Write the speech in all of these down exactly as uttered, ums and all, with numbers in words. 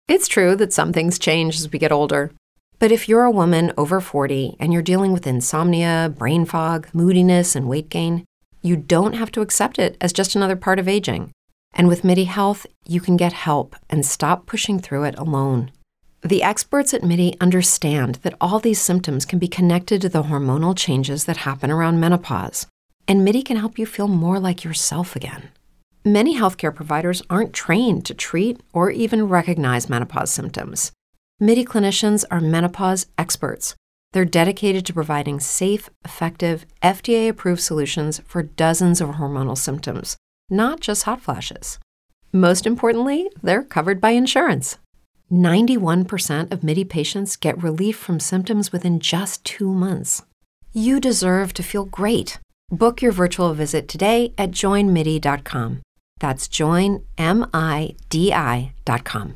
It's true that some things change as we get older. But if you're a woman over forty and you're dealing with insomnia, brain fog, moodiness, and weight gain, you don't have to accept it as just another part of aging. And with MIDI Health, you can get help and stop pushing through it alone. The experts at MIDI understand that all these symptoms can be connected to the hormonal changes that happen around menopause, and MIDI can help you feel more like yourself again. Many healthcare providers aren't trained to treat or even recognize menopause symptoms. MIDI clinicians are menopause experts. They're dedicated to providing safe, effective, F D A-approved solutions for dozens of hormonal symptoms, not just hot flashes. Most importantly, they're covered by insurance. ninety-one percent of MIDI patients get relief from symptoms within just two months. You deserve to feel great. Book your virtual visit today at join midi dot com. That's join midi dot com.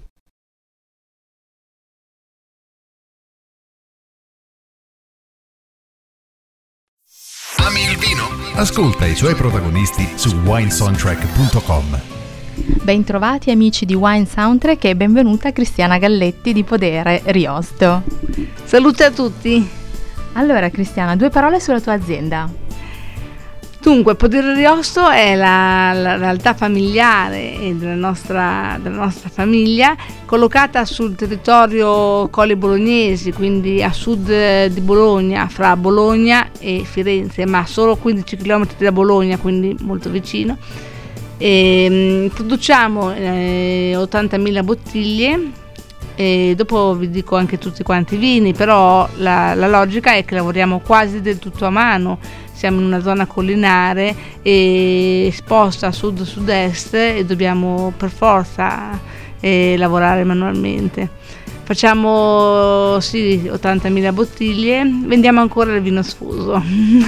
Ami il vino? Ascolta i suoi protagonisti su wine soundtrack punto com. Bentrovati amici di Wine Soundtrack e benvenuta Cristiana Galletti di Podere Riosto. Salute a tutti. Allora Cristiana, due parole sulla tua azienda. Dunque, Podere Riosto è la, la realtà familiare della nostra, della nostra famiglia, collocata sul territorio Colli Bolognesi, quindi a sud di Bologna, fra Bologna e Firenze, ma solo quindici chilometri da Bologna, quindi molto vicino. E, produciamo eh, ottantamila bottiglie e dopo vi dico anche tutti quanti i vini, però la, la logica è che lavoriamo quasi del tutto a mano. Siamo in una zona collinare e esposta a sud-sud-est e dobbiamo per forza eh, lavorare manualmente. Facciamo sì ottantamila bottiglie, vendiamo ancora il vino sfuso.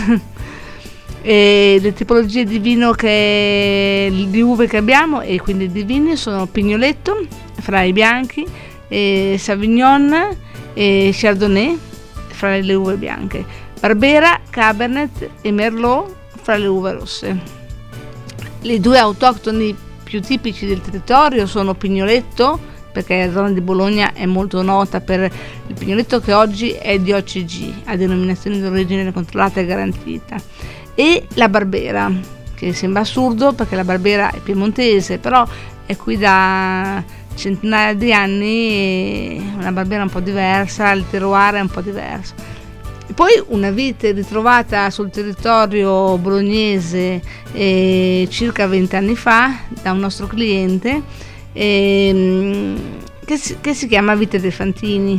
E le tipologie di vino che di uve che abbiamo e quindi di vini sono Pignoletto fra i bianchi, e Sauvignon e Chardonnay fra le uve bianche, Barbera, Cabernet e Merlot fra le uve rosse. Le due autoctoni più tipici del territorio sono Pignoletto, perché la zona di Bologna è molto nota per il Pignoletto che oggi è D O C G, a denominazione di origine controllata e garantita, e la Barbera, che sembra assurdo perché la Barbera è piemontese, però è qui da centinaia di anni e una Barbera un po' diversa, il terroir è un po' diverso. E poi una vite ritrovata sul territorio bolognese eh, circa venti anni fa da un nostro cliente eh, che, si, che si chiama Vite dei Fantini.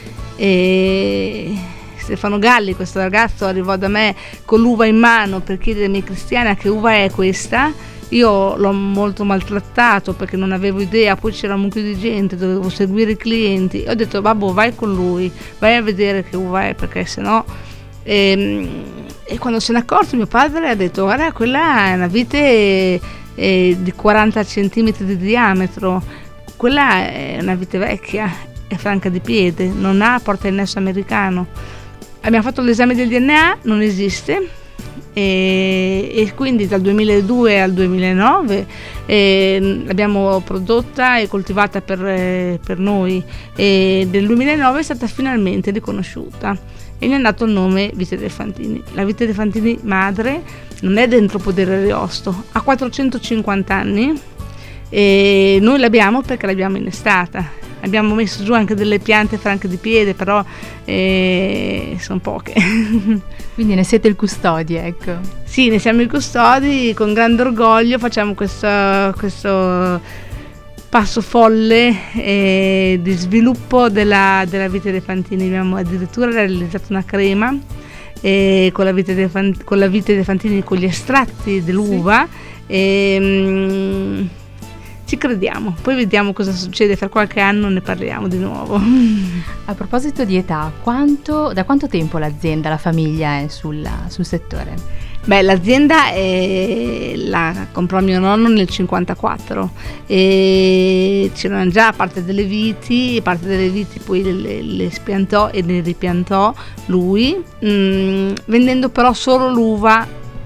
E Stefano Galli, questo ragazzo, arrivò da me con l'uva in mano per chiedermi: Cristiana, che uva è questa? Io l'ho molto maltrattato perché non avevo idea, poi c'era un mucchio di gente, dovevo seguire i clienti e ho detto: babbo, vai con lui, vai a vedere che uva è, perché sennò... E, e quando se n'è accorto mio padre ha detto: guarda, quella è una vite eh, di quaranta centimetri di diametro, quella è una vite vecchia, è franca di piede, non ha porta innesso americano. Abbiamo fatto l'esame del D N A, non esiste. E, e quindi dal duemiladue al duemilanove eh, l'abbiamo prodotta e coltivata per, eh, per noi, e nel duemilanove è stata finalmente riconosciuta e ne è dato il nome Vite dei Fantini. La Vite dei Fantini madre non è dentro Podere Riosto, ha quattrocentocinquanta anni e noi l'abbiamo perché l'abbiamo innestata. Abbiamo messo giù anche delle piante franche di piede, però eh, sono poche. Quindi ne siete il custodi, ecco. Sì, ne siamo i custodi, con grande orgoglio facciamo questo, questo passo folle eh, di sviluppo della, della Vite dei Fantini. Abbiamo addirittura realizzato una crema eh, con, la vite dei Fantini, con la Vite dei Fantini, con gli estratti dell'uva. Sì. E, mm, ci crediamo, poi vediamo cosa succede, fra qualche anno ne parliamo di nuovo. A proposito di età, quanto, da quanto tempo l'azienda, la famiglia è sul, sul settore? Beh, l'azienda è, la comprò mio nonno nel cinquantaquattro e c'erano già parte delle viti, parte delle viti poi le, le spiantò e le ripiantò lui, mh, vendendo però solo l'uva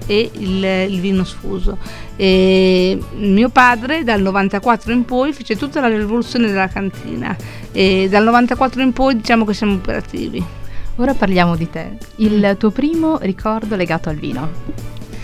e il, il vino sfuso. E mio padre dal novantaquattro in poi fece tutta la rivoluzione della cantina e dal novantaquattro in poi diciamo che siamo operativi. Ora parliamo di te. Il tuo primo ricordo legato al vino?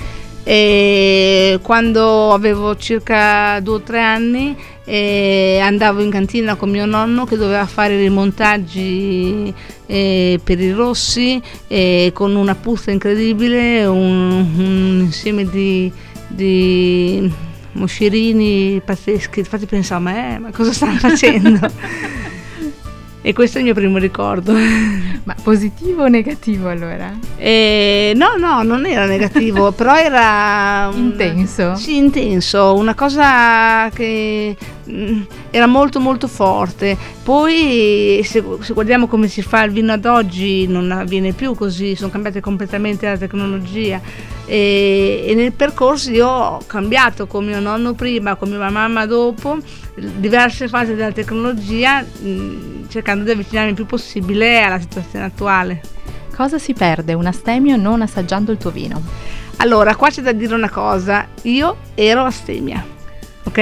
E quando avevo circa due o tre anni eh, andavo in cantina con mio nonno che doveva fare i montaggi eh, per i rossi eh, con una puzza incredibile, un, un insieme di, di moscerini pazzeschi. Infatti pensavo, ma, eh, ma cosa stanno facendo? E questo è il mio primo ricordo. Ma positivo o negativo allora? Eh, no, no, non era negativo, però era... Un, intenso? Sì, intenso, una cosa che mh, era molto molto forte. Poi se, se guardiamo come si fa il vino ad oggi non avviene più così, sono cambiate completamente la tecnologia. E, e nel percorso io ho cambiato con mio nonno prima, con mia mamma dopo, diverse fasi della tecnologia, mh, cercando di avvicinarmi il più possibile alla situazione attuale. Cosa si perde un astemio non assaggiando il tuo vino? Allora, qua c'è da dire una cosa, io ero astemia, ok?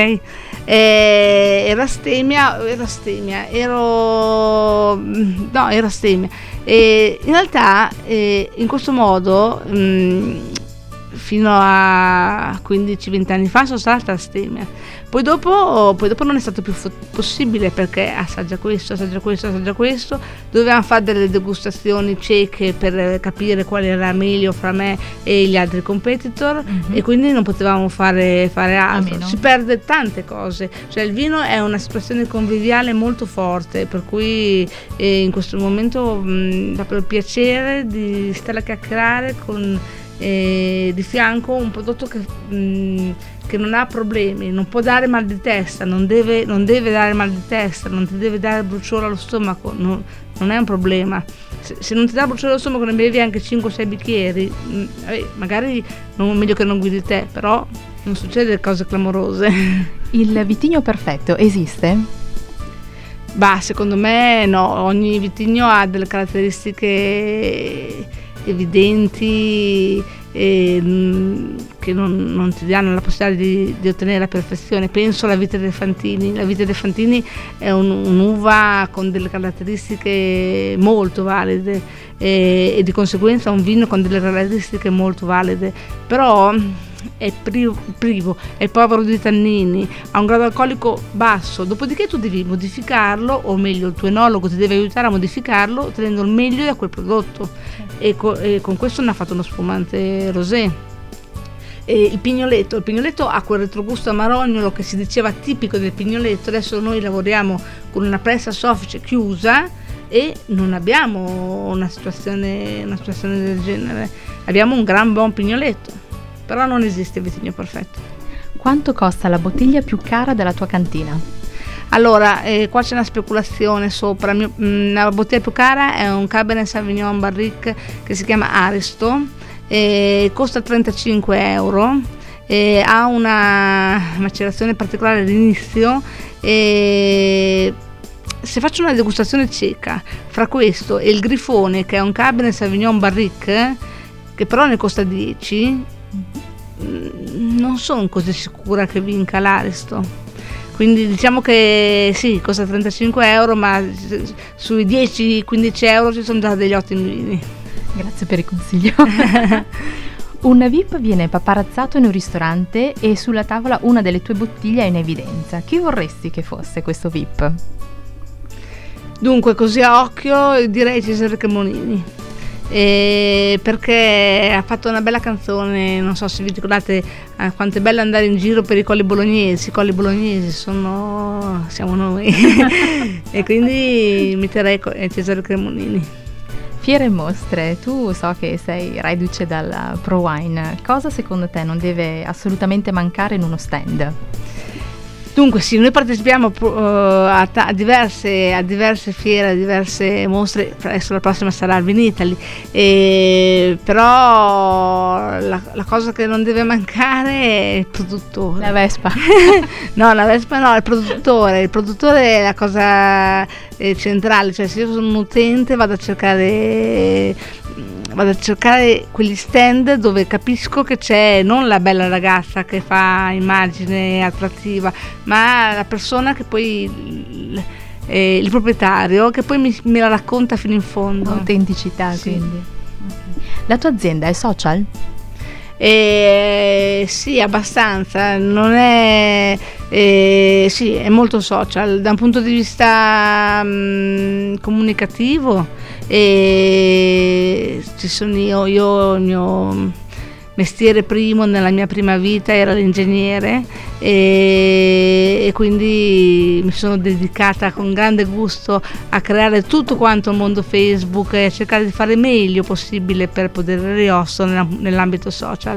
Eh, ero astemia, ero astemia, ero... no, ero astemia. E in realtà, eh, in questo modo... Mh, fino a quindici venti anni fa sono stata astemia, poi dopo, poi dopo non è stato più fo- possibile perché assaggia questo, assaggia questo, assaggia questo, dovevamo fare delle degustazioni cieche per capire quale era meglio fra me e gli altri competitor, mm-hmm. e quindi non potevamo fare, fare altro, si perde tante cose, cioè il vino è una situazione conviviale molto forte, per cui eh, in questo momento mh, ho il piacere di stare a chiacchierare con E di fianco un prodotto che, mh, che non ha problemi, non può dare mal di testa, non deve, non deve dare mal di testa, non ti deve dare bruciore allo stomaco, non, non è un problema. Se, se non ti dà bruciore allo stomaco ne bevi anche cinque sei bicchieri, mh, eh, magari non, meglio che non guidi te, però non succede cose clamorose. Il vitigno perfetto esiste? Bah, secondo me no, ogni vitigno ha delle caratteristiche evidenti e, mh, che non, non ti danno la possibilità di, di ottenere la perfezione. Penso alla Vite dei Fantini. La Vite dei Fantini è un, un'uva con delle caratteristiche molto valide e, e di conseguenza un vino con delle caratteristiche molto valide, però è privo, privo, è povero di tannini, ha un grado alcolico basso, dopodiché tu devi modificarlo, o meglio il tuo enologo ti deve aiutare a modificarlo ottenendo il meglio da quel prodotto, e, co- e con questo ne ha fatto uno spumante rosé. E il pignoletto, il pignoletto ha quel retrogusto amarognolo che si diceva tipico del pignoletto. Adesso noi lavoriamo con una pressa soffice chiusa e non abbiamo una situazione, una situazione del genere, abbiamo un gran buon pignoletto. Però non esiste il vitigno perfetto. Quanto costa la bottiglia più cara della tua cantina? Allora, eh, qua c'è una speculazione sopra. Mio, mh, la bottiglia più cara è un Cabernet Sauvignon Barrique che si chiama Aristo, eh, costa trentacinque euro, eh, ha una macerazione particolare all'inizio. Eh, se faccio una degustazione cieca fra questo e il Grifone, che è un Cabernet Sauvignon Barrique, che però ne costa dieci, non sono così sicura che vinca l'Aristo, quindi diciamo che sì, costa trentacinque euro, ma sui dieci quindici euro ci sono già degli ottimi vini. Grazie per il consiglio. Un V I P viene paparazzato in un ristorante e sulla tavola una delle tue bottiglie è in evidenza. Chi vorresti che fosse questo V I P? Dunque, così a occhio direi Cesare Cremonini. Eh, perché ha fatto una bella canzone, non so se vi ricordate eh, quanto è bello andare in giro per i colli bolognesi. I colli bolognesi sono siamo noi e quindi mi terrei Cesare Cremonini. Fiere e mostre, tu so che sei reduce dalla ProWine, cosa secondo te non deve assolutamente mancare in uno stand? Dunque sì, noi partecipiamo uh, a, ta- a, diverse, a diverse fiere, a diverse mostre, adesso la prossima sarà al Vinitaly, e, però la, la cosa che non deve mancare è il produttore. La Vespa. No, la Vespa no, il produttore, il produttore è la cosa eh, centrale, cioè se io sono un utente vado a cercare vado a cercare quegli stand dove capisco che c'è non la bella ragazza che fa immagine attrattiva, ma la persona che poi il, eh, il proprietario che poi mi, me la racconta fino in fondo. Autenticità, sì. Quindi okay. La tua azienda è social? Eh, sì, abbastanza, non è eh, sì, è molto social da un punto di vista mh, comunicativo. E ci sono io, io il mio mestiere primo nella mia prima vita era l'ingegnere e, e quindi mi sono dedicata con grande gusto a creare tutto quanto il mondo Facebook e a cercare di fare meglio possibile per Podere Riostro nell'ambito social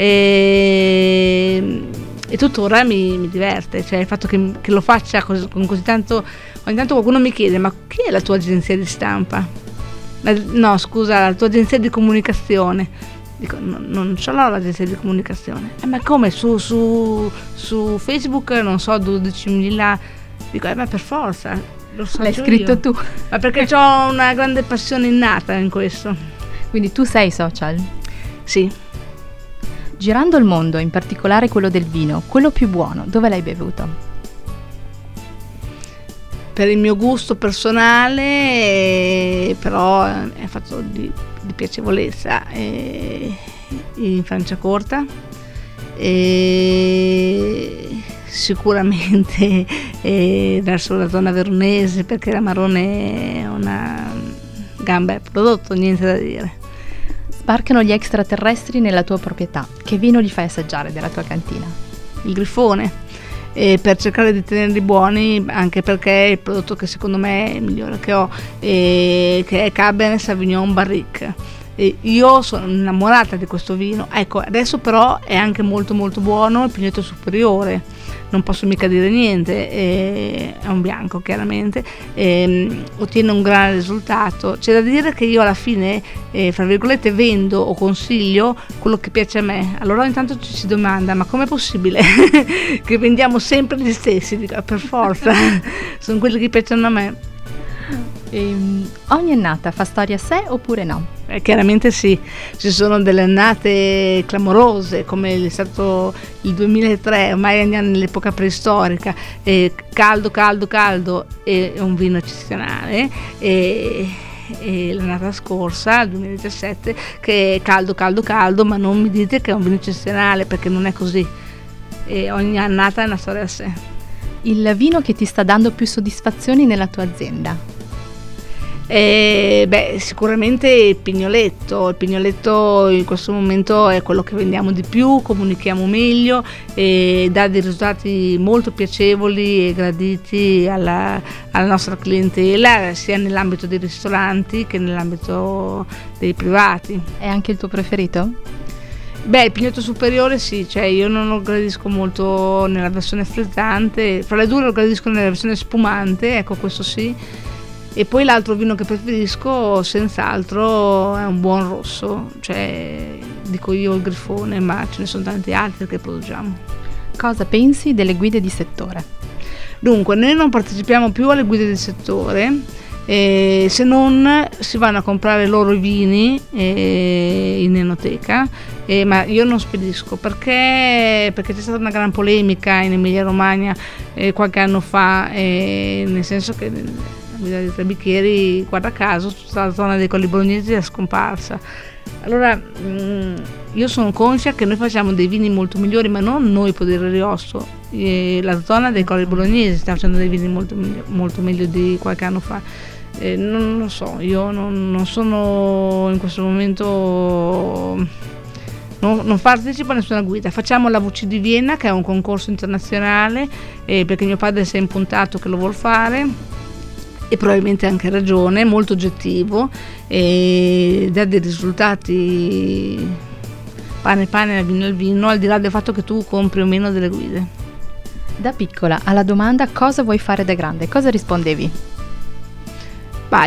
e, e tuttora mi, mi diverte, cioè il fatto che, che lo faccia così, con così tanto. Ogni tanto qualcuno mi chiede: ma chi è la tua agenzia di stampa? La, no scusa, la tua agenzia di comunicazione. Dico, no, non ce l'ho l'agenzia di comunicazione. Eh, ma come su, su, su Facebook non so dodicimila. Dico, eh, ma per forza lo so. L'hai scritto io. Tu ma perché ho una grande passione innata in questo. Quindi tu sei social? Sì. Girando il mondo, in particolare quello del vino, quello più buono, dove l'hai bevuto? Per il mio gusto personale, però è fatto di, di piacevolezza, eh, in Franciacorta, e sicuramente eh, verso la zona veronese, perché l'Amarone è una gamba prodotto, niente da dire. Sbarcano gli extraterrestri nella tua proprietà, che vino li fai assaggiare della tua cantina? Il Grifone. E per cercare di tenerli buoni, anche perché è il prodotto che secondo me è il migliore che ho, e che è Cabernet Sauvignon Barrique. E io sono innamorata di questo vino. Ecco, adesso però è anche molto molto buono il Pignetto Superiore, non posso mica dire niente, e è un bianco chiaramente, e ottiene un gran risultato. C'è da dire che io alla fine, eh, fra virgolette, vendo o consiglio quello che piace a me. Allora intanto ci si domanda: ma com'è possibile che vendiamo sempre gli stessi? Dico, per forza, sono quelli che piacciono a me. E, ogni annata fa storia a sé oppure no? Eh, chiaramente sì, ci sono delle annate clamorose come è stato il duemilatré, ormai andiamo nell'epoca preistorica, eh, caldo caldo caldo e un vino eccezionale, e, e l'annata scorsa, il duemiladiciassette, che è caldo caldo caldo, ma non mi dite che è un vino eccezionale, perché non è così, e ogni annata è una storia a sé. Il vino che ti sta dando più soddisfazioni nella tua azienda? Eh, beh, sicuramente il Pignoletto. Il Pignoletto in questo momento è quello che vendiamo di più, comunichiamo meglio e dà dei risultati molto piacevoli e graditi alla, alla nostra clientela, sia nell'ambito dei ristoranti che nell'ambito dei privati. È anche il tuo preferito? Beh, il Pignetto Superiore sì, cioè io non lo gradisco molto nella versione frizzante, fra le due lo gradisco nella versione spumante, ecco, questo sì. E poi l'altro vino che preferisco senz'altro è un buon rosso, cioè dico io il Grifone, ma ce ne sono tanti altri che produciamo. Cosa pensi delle guide di settore? Dunque, noi non partecipiamo più alle guide di settore, eh, se non si vanno a comprare loro i vini eh, in enoteca, eh, ma io non spedisco perché, perché c'è stata una gran polemica in Emilia Romagna eh, qualche anno fa, eh, nel senso che guida di Tre Bicchieri, guarda caso, tutta la zona dei Colli Bolognesi è scomparsa. Allora mh, io sono conscia che noi facciamo dei vini molto migliori, ma non noi Podere Riostro, e la zona dei Colli Bolognesi sta facendo dei vini molto, molto meglio di qualche anno fa. Eh, non lo so, io non, non sono in questo momento, non, non partecipo a nessuna guida. Facciamo la V C di Vienna, che è un concorso internazionale, eh, perché mio padre si è impuntato che lo vuol fare, e probabilmente anche ragione, molto oggettivo, e dà dei risultati pane pane, vino al vino, al di là del fatto che tu compri o meno delle guide. Da piccola, alla domanda cosa vuoi fare da grande, cosa rispondevi? Bah,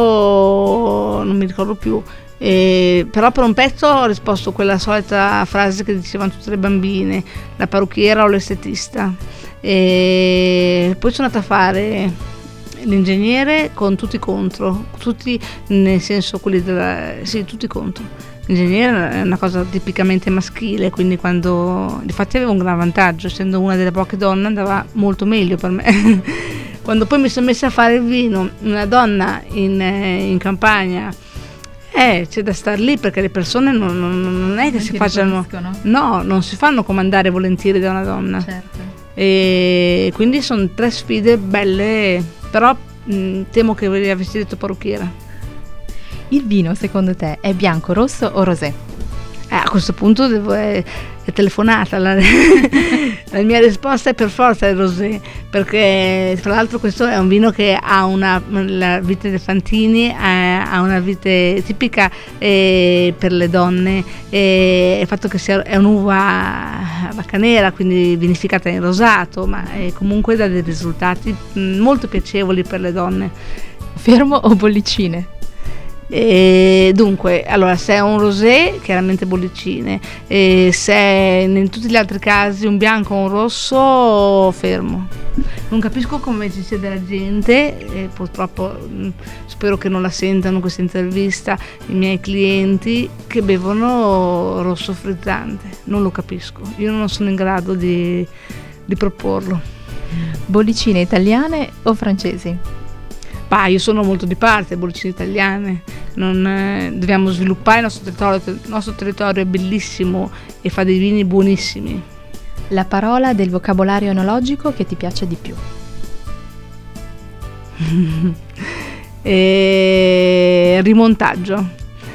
io non mi ricordo più, eh, però per un pezzo ho risposto quella solita frase che dicevano tutte le bambine: la parrucchiera o l'estetista. E poi sono andata a fare l'ingegnere con tutti contro, tutti nel senso quelli della, sì, tutti contro. L'ingegnere è una cosa tipicamente maschile, quindi quando, infatti avevo un gran vantaggio, essendo una delle poche donne andava molto meglio per me. Quando poi mi sono messa a fare il vino, una donna in, in campagna, eh, c'è da star lì perché le persone non, non, non è che non si facciano, no, non si fanno comandare volentieri da una donna. Certo. E quindi sono tre sfide belle, però mh, temo che ve le avessi detto parrucchiera. Il vino, secondo te, è bianco, rosso o rosé? Eh, a questo punto devo, è, è telefonata. La, la mia risposta è per forza il rosé, perché tra l'altro questo è un vino che ha una, la vite dei Fantini ha, ha una vite tipica eh, per le donne, eh, il fatto che sia, è un'uva vacca nera, quindi vinificata in rosato, ma eh, comunque dà dei risultati mh, molto piacevoli per le donne. Fermo o bollicine? E dunque, allora, se è un rosé, chiaramente bollicine, e se è in tutti gli altri casi un bianco o un rosso, fermo. Non capisco come ci sia della gente, e purtroppo mh, spero che non la sentano questa intervista i miei clienti, che bevono rosso frizzante. Non lo capisco, io non sono in grado di, di proporlo. Bollicine italiane o francesi? Bah, io sono molto di parte, bollicine italiane, non, eh, dobbiamo sviluppare il nostro territorio, il nostro territorio è bellissimo e fa dei vini buonissimi. La parola del vocabolario enologico che ti piace di più? e, rimontaggio.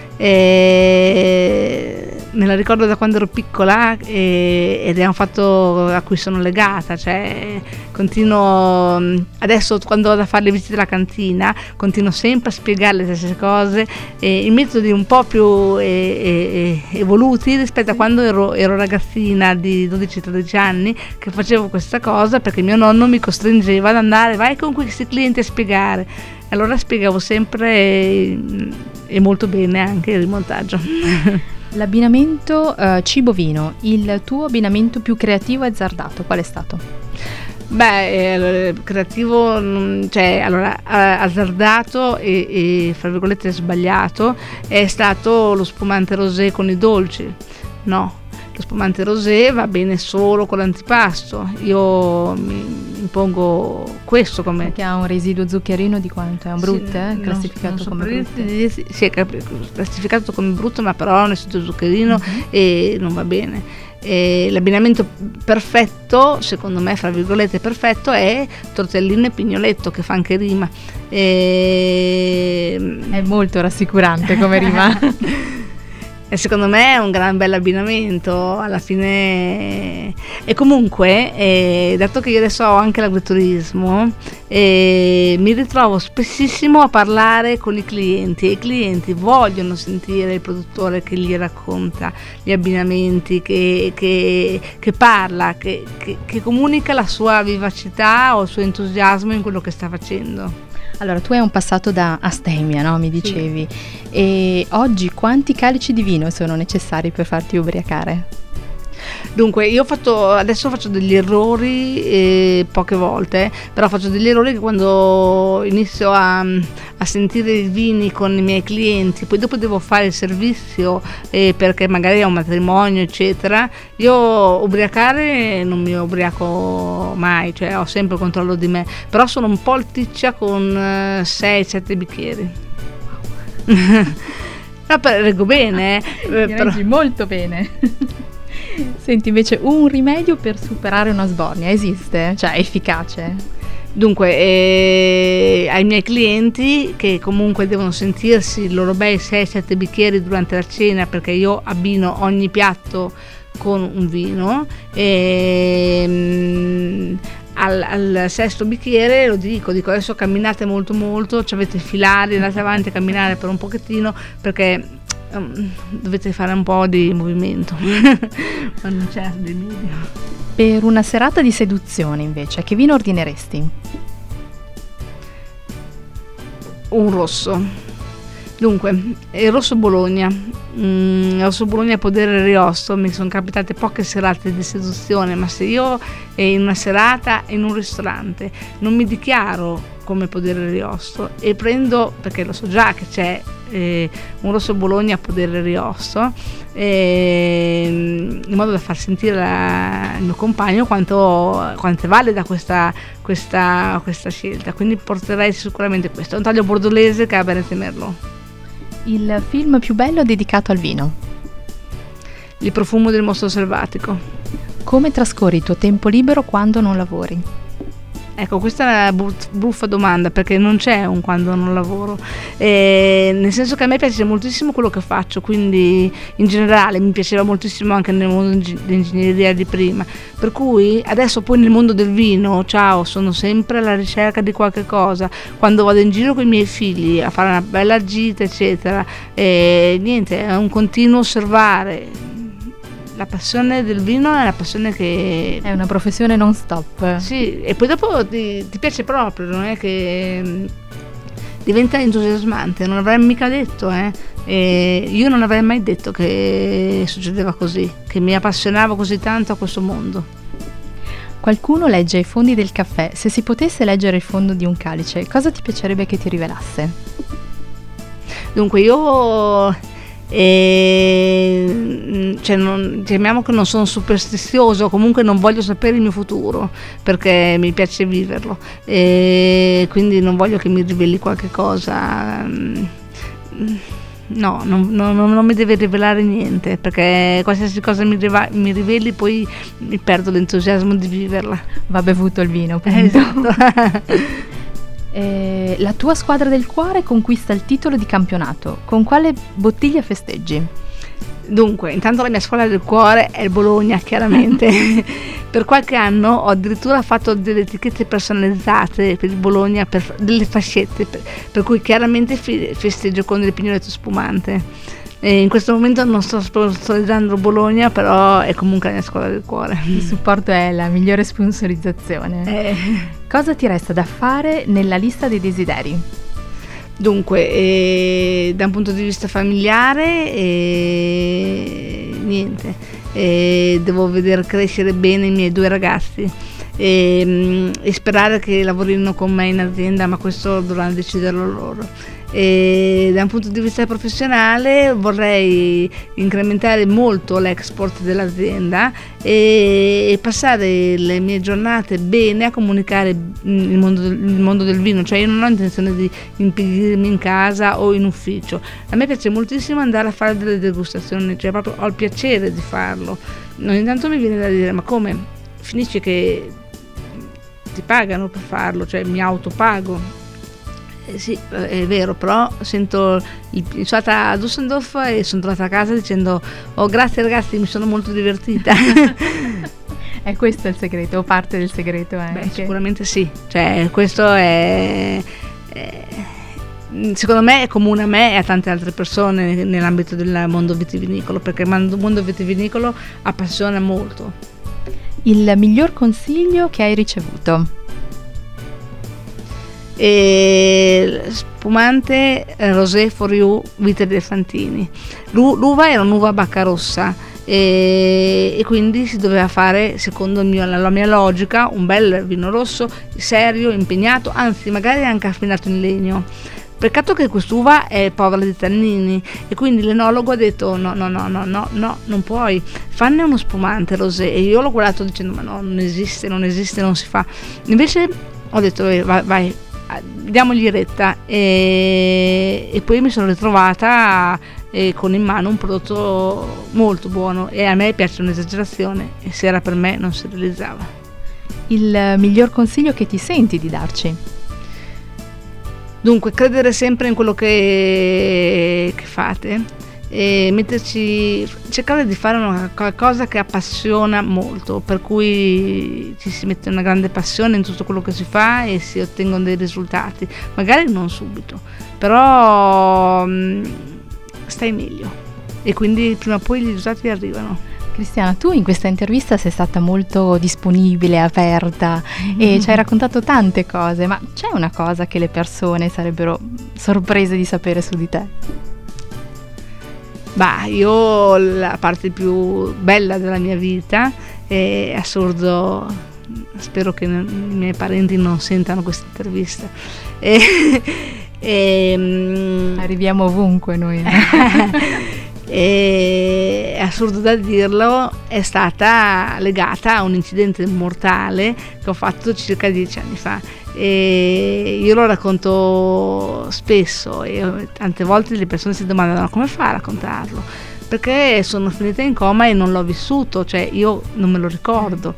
E, me la ricordo da quando ero piccola e, ed è un fatto a cui sono legata, cioè continuo adesso quando vado a fare le visite alla cantina continuo sempre a spiegare le stesse cose e in metodi un po' più e, e, evoluti rispetto a quando ero, ero ragazzina di dodici tredici anni, che facevo questa cosa perché mio nonno mi costringeva ad andare, vai con questi clienti a spiegare, allora spiegavo sempre e, e molto bene anche il rimontaggio. L'abbinamento eh, cibo-vino, il tuo abbinamento più creativo e azzardato, qual è stato? Beh, eh, creativo, cioè, allora, eh, azzardato e, e, fra virgolette, sbagliato, è stato lo spumante rosé con i dolci. No, lo spumante rosé va bene solo con l'antipasto. Io mi impongo questo come... Perché ha un residuo zuccherino di quanto? È un brut, sì, eh? Classificato non, non come brutto? Sì, è classificato come brutto, ma però ha un residuo zuccherino uh-huh. e non va bene. E l'abbinamento perfetto, secondo me, fra virgolette perfetto, è tortellino e pignoletto, che fa anche rima. E... È molto rassicurante come rima. E secondo me è un gran bel abbinamento alla fine. E comunque, eh, dato che io adesso ho anche l'agriturismo, eh, mi ritrovo spessissimo a parlare con i clienti e i clienti vogliono sentire il produttore che gli racconta gli abbinamenti, che, che, che parla, che, che, che comunica la sua vivacità o il suo entusiasmo in quello che sta facendo. Allora, tu hai un passato da astemia, no? Mi dicevi. Sì. E oggi quanti calici di vino sono necessari per farti ubriacare? Dunque, io ho fatto, adesso faccio degli errori eh, poche volte, però faccio degli errori che quando inizio a, a sentire i vini con i miei clienti, poi dopo devo fare il servizio eh, perché magari è un matrimonio, eccetera, io ubriacare non mi ubriaco mai, cioè ho sempre il controllo di me, però sono un po' alticcia con sei sette bicchieri. No, reggo bene, eh, reggi però... molto bene. Senti, invece, un rimedio per superare una sbornia esiste? Cioè, è efficace? Dunque, eh, ai miei clienti che comunque devono sentirsi i loro bei sei sette bicchieri durante la cena, perché io abbino ogni piatto con un vino, e, mh, al, al sesto bicchiere lo dico, dico adesso camminate molto molto, ci avete filari, andate avanti a camminare per un pochettino, perché dovete fare un po' di movimento. Ma non c'è rimedio. Per una serata di seduzione invece, che vino ordineresti? Un rosso, Dunque, il Rosso Bologna, mm, il Rosso Bologna Podere Riosto, mi sono capitate poche serate di seduzione, ma se io eh, in una serata in un ristorante non mi dichiaro come Podere Riosto e prendo, perché lo so già che c'è eh, un Rosso Bologna Podere Riosto, eh, in modo da far sentire la, il mio compagno quanto, quanto è valida questa, questa, questa scelta, quindi porterei sicuramente questo, un taglio bordolese Cabernet Merlot. Il film più bello dedicato al vino? Il profumo del mostro selvatico. Come trascorri il tuo tempo libero quando non lavori? Ecco, questa è una buffa domanda, perché non c'è un quando non lavoro, eh, nel senso che a me piace moltissimo quello che faccio, quindi in generale mi piaceva moltissimo anche nel mondo dell'ingegneria di prima, per cui adesso poi nel mondo del vino, ciao, sono sempre alla ricerca di qualche cosa, quando vado in giro con i miei figli a fare una bella gita eccetera, e niente, è un continuo osservare. La passione del vino è una passione che... È una professione non stop. Sì, e poi dopo ti, ti piace proprio, non è che mh, diventa entusiasmante, non avrei mica detto, eh. E io non avrei mai detto che succedeva così, che mi appassionavo così tanto a questo mondo. Qualcuno legge i fondi del caffè. Se si potesse leggere il fondo di un calice, cosa ti piacerebbe che ti rivelasse? Dunque io... E, cioè non, chiamiamo che non sono superstizioso, comunque non voglio sapere il mio futuro perché mi piace viverlo, e quindi non voglio che mi riveli qualche cosa, no, non, non, non mi deve rivelare niente, perché qualsiasi cosa mi, riva, mi riveli poi mi perdo l'entusiasmo di viverla. Va bevuto il vino, esatto. Eh, la tua squadra del cuore conquista il titolo di campionato. Con quale bottiglia festeggi? Dunque, intanto la mia squadra del cuore è il Bologna, chiaramente. Per qualche anno ho addirittura fatto delle etichette personalizzate per il Bologna, per, delle fascette, per, per cui chiaramente festeggio con del pignoletto spumante. E in questo momento non sto sponsorizzando Bologna, però è comunque la mia squadra del cuore. Il supporto è la migliore sponsorizzazione. Eh. Cosa ti resta da fare nella lista dei desideri? Dunque, eh, da un punto di vista familiare, eh, niente, eh, devo vedere crescere bene i miei due ragazzi e, e sperare che lavorino con me in azienda, ma questo dovranno deciderlo loro. E da un punto di vista professionale vorrei incrementare molto l'export dell'azienda e passare le mie giornate bene a comunicare il mondo del, il mondo del vino, cioè io non ho intenzione di impiegarmi in casa o in ufficio. A me piace moltissimo andare a fare delle degustazioni, cioè proprio ho il piacere di farlo. Ogni tanto mi viene da dire: ma come finisce che ti pagano per farlo, cioè mi autopago? Eh sì, è vero, però sento il, sono stata a Düsseldorf e sono tornata a casa dicendo: oh, grazie ragazzi, mi sono molto divertita. E questo è il segreto, o parte del segreto anche. Beh, sicuramente sì, cioè questo è, è secondo me è comune a me e a tante altre persone nell'ambito del mondo vitivinicolo, perché il mondo vitivinicolo appassiona molto. Il miglior consiglio che hai ricevuto? E spumante Rosé for You Vite dei Fantini. L'uva era un'uva bacca rossa e, e quindi si doveva fare, secondo il mio, la mia logica, un bel vino rosso serio, impegnato, anzi magari anche affinato in legno. Peccato che quest'uva è povera di tannini e quindi l'enologo ha detto no no no no no no non puoi, fanne uno spumante rosé, e io l'ho guardato dicendo ma no, non esiste, non esiste, non si fa. Invece ho detto eh, vai, vai diamogli retta, e, e poi mi sono ritrovata eh, con in mano un prodotto molto buono, e a me piace un'esagerazione, e se era per me non si realizzava. Il miglior consiglio che ti senti di darci? Dunque, credere sempre in quello che, che fate e metterci, cercare di fare una qualcosa che appassiona molto, per cui ci si mette una grande passione in tutto quello che si fa e si ottengono dei risultati, magari non subito, però mh, stai meglio e quindi prima o poi i risultati arrivano. Che Cristiana, tu in questa intervista sei stata molto disponibile, aperta e ci hai raccontato tante cose, ma c'è una cosa che le persone sarebbero sorprese di sapere su di te? Bah, io la parte più bella della mia vita, è assurdo, spero che i miei parenti non sentano questa intervista. E, e, Arriviamo ovunque noi. E, è assurdo da dirlo, è stata legata a un incidente mortale che ho fatto circa dieci anni fa. E io lo racconto spesso e tante volte le persone si domandano come fa a raccontarlo, perché sono finita in coma e non l'ho vissuto, cioè io non me lo ricordo.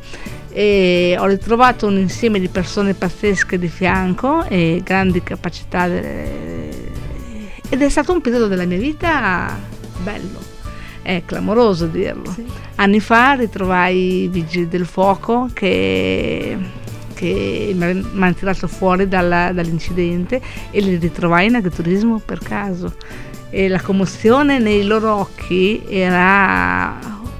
E ho ritrovato un insieme di persone pazzesche di fianco e grandi capacità de... ed è stato un periodo della mia vita bello, è clamoroso dirlo. Sì. Anni fa ritrovai i vigili del fuoco che, che mi hanno tirato fuori dalla, dall'incidente e li ritrovai in agriturismo per caso e la commozione nei loro occhi era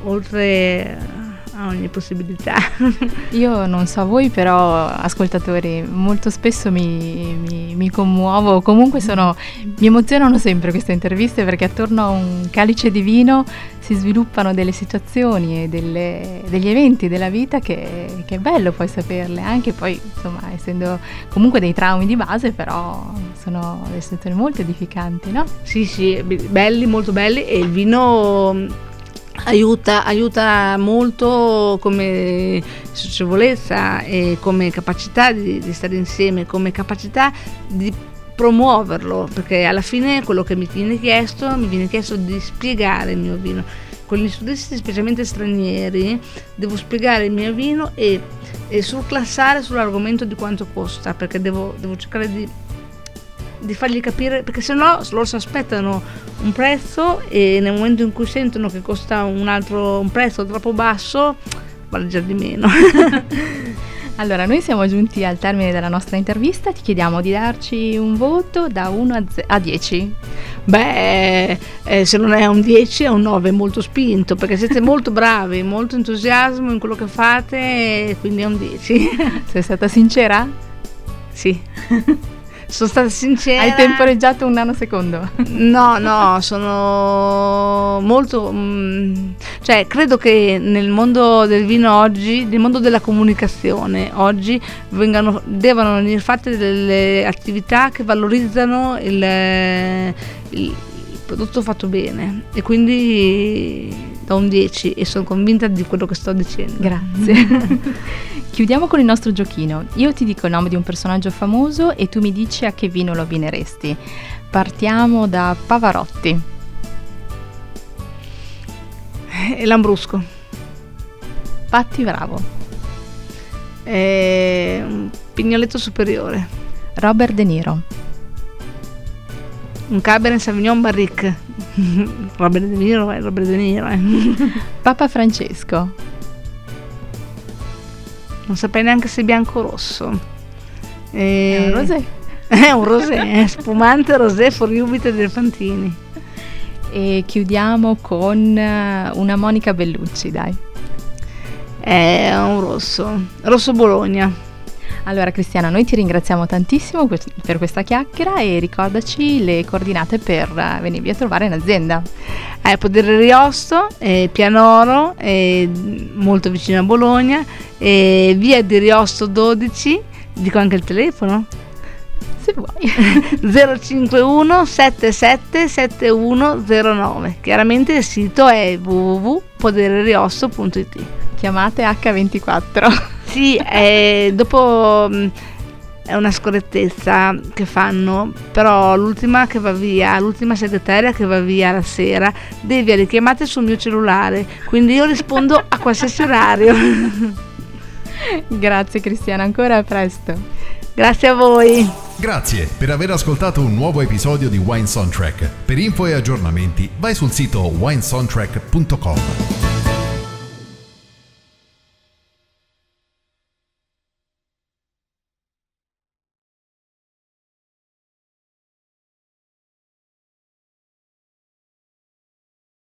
oltre a ogni possibilità. Io non so voi, però ascoltatori, molto spesso mi, mi, mi commuovo, comunque sono, mi emozionano sempre queste interviste perché attorno a un calice di vino si sviluppano delle situazioni e delle, degli eventi della vita che, che è bello poi saperle, anche poi insomma essendo comunque dei traumi di base, però sono delle situazioni molto edificanti, no? Sì, sì, belli, molto belli, e il vino aiuta, aiuta molto come socievolezza e come capacità di, di stare insieme, come capacità di promuoverlo, perché alla fine quello che mi viene chiesto mi viene chiesto di spiegare il mio vino con gli studenti, specialmente stranieri. Devo spiegare il mio vino e, e surclassare sull'argomento di quanto costa, perché devo, devo cercare di di fargli capire, perché sennò loro si aspettano un prezzo e nel momento in cui sentono che costa un altro un prezzo troppo basso vale già di meno. Allora, noi siamo giunti al termine della nostra intervista, ti chiediamo di darci un voto da uno a dieci. Beh, eh, se non è un dieci è un nove molto spinto, perché siete molto bravi, molto entusiasmo in quello che fate, quindi è un dieci. Sei stata sincera? Sì. Sono stata sincera. Hai temporeggiato un nanosecondo? No, no, sono molto mh, cioè credo che nel mondo del vino oggi, nel mondo della comunicazione oggi vengano, devono venire fatte delle attività che valorizzano il, il, il prodotto fatto bene, e quindi da un dieci, e sono convinta di quello che sto dicendo. Grazie. Chiudiamo con il nostro giochino. Io ti dico il nome di un personaggio famoso e tu mi dici a che vino lo abbineresti. Partiamo da Pavarotti. E Lambrusco. Patti Bravo. E un Pignoletto Superiore. Robert De Niro. Un Cabernet Sauvignon Barrique. Robert De Niro, eh, Robert De Niro. Eh. Papa Francesco. Non saprei neanche se è bianco o rosso. E... È un rosé. È un rosé, spumante rosé Forjubite del Fantini. E chiudiamo con una Monica Bellucci, dai. È un rosso, rosso Bologna. Allora Cristiana, noi ti ringraziamo tantissimo per questa chiacchiera e ricordaci le coordinate per venirvi a trovare in azienda. Eh, Podere Riosto, eh, Pianoro, eh, molto vicino a Bologna, eh, via di Riosto dodici, dico anche il telefono? Se vuoi. zero cinque uno sette sette sette uno zero nove. Chiaramente il sito è w w w punto podere riosto punto i t. Chiamate acca ventiquattro. Sì, eh, dopo mh, è una scorrettezza che fanno, però l'ultima che va via, l'ultima segretaria che va via la sera, devi richiamate sul mio cellulare, quindi io rispondo a qualsiasi orario. Grazie Cristiana, ancora a presto. Grazie a voi. Grazie per aver ascoltato un nuovo episodio di Wine Soundtrack. Per info e aggiornamenti vai sul sito wine soundtrack punto com.